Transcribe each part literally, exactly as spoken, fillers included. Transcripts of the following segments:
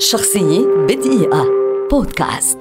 شخصية بدقيقة بودكاست.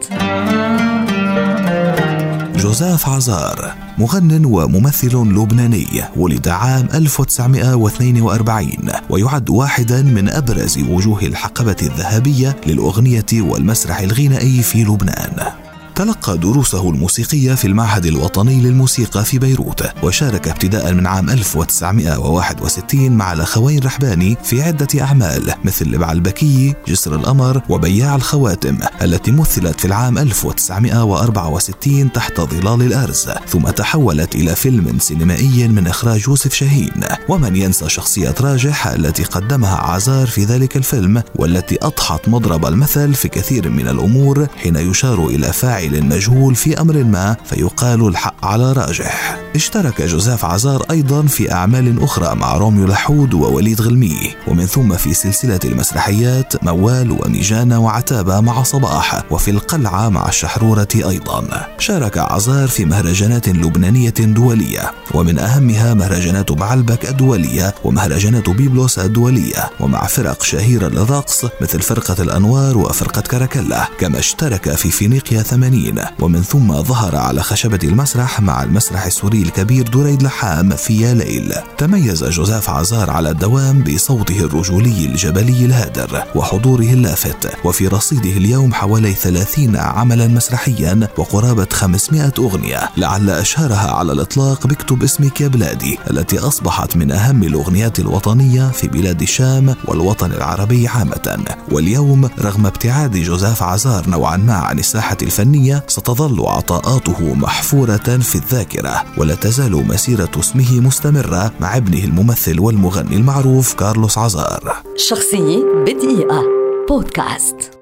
جوزيف عزار مغنٍ وممثل لبناني، ولد عام ألف وتسعمائة واثنين وأربعين، ويعد واحدا من أبرز وجوه الحقبة الذهبية للأغنية والمسرح الغنائي في لبنان. تلقى دروسه الموسيقية في المعهد الوطني للموسيقى في بيروت، وشارك ابتداء من عام ألف وتسعمائة وواحد وستين مع الأخوين رحباني في عدة أعمال مثل بعلبكية، جسر القمر، وبياع الخواتم، التي مثلت في العام ألف وتسعمائة وأربعة وستين تحت ظلال الأرز، ثم تحولت إلى فيلم سينمائي من إخراج يوسف شاهين. ومن ينسى شخصية راجح التي قدمها عزار في ذلك الفيلم، والتي أضحت مضرب المثل في كثير من الأمور حين يشار إلى فاعل المجهول في أمر ما فيقال الحق على راجح. اشترك جوزيف عزار أيضا في أعمال أخرى مع روميو لحود ووليد غلمي، ومن ثم في سلسلة المسرحيات موال وميجانا وعتابة مع صباح، وفي القلعة مع الشحرورة أيضا. شارك عزار في مهرجانات لبنانية دولية، ومن أهمها مهرجانات بعلبك الدولية ومهرجانات بيبلوس الدولية، ومع فرق شهيرة للرقص مثل فرقة الأنوار وفرقة كاراكلا. كما اشترك في فينيقيا ثمانين، ومن ثم ظهر على خشبة المسرح مع المسرح السوري الكبير دريد لحام في يا ليل. تميز جوزيف عزار على الدوام بصوته الرجولي الجبلي الهادر وحضوره اللافت، وفي رصيده اليوم حوالي ثلاثين عملا مسرحيا وقرابة خمسمائة أغنية، لعل أشهرها على الإطلاق بكتب اسمك يا بلادي، التي أصبحت من أهم الأغنيات الوطنية في بلاد الشام والوطن العربي عامة. واليوم رغم ابتعاد جوزيف عزار نوعا ما عن الساحة الفنية، ستظل عطاءاته محفورة في الذاكرة، ولا تزال مسيرة اسمه مستمرة مع ابنه الممثل والمغني المعروف كارلوس عزار. شخصية بدقيقة بودكاست.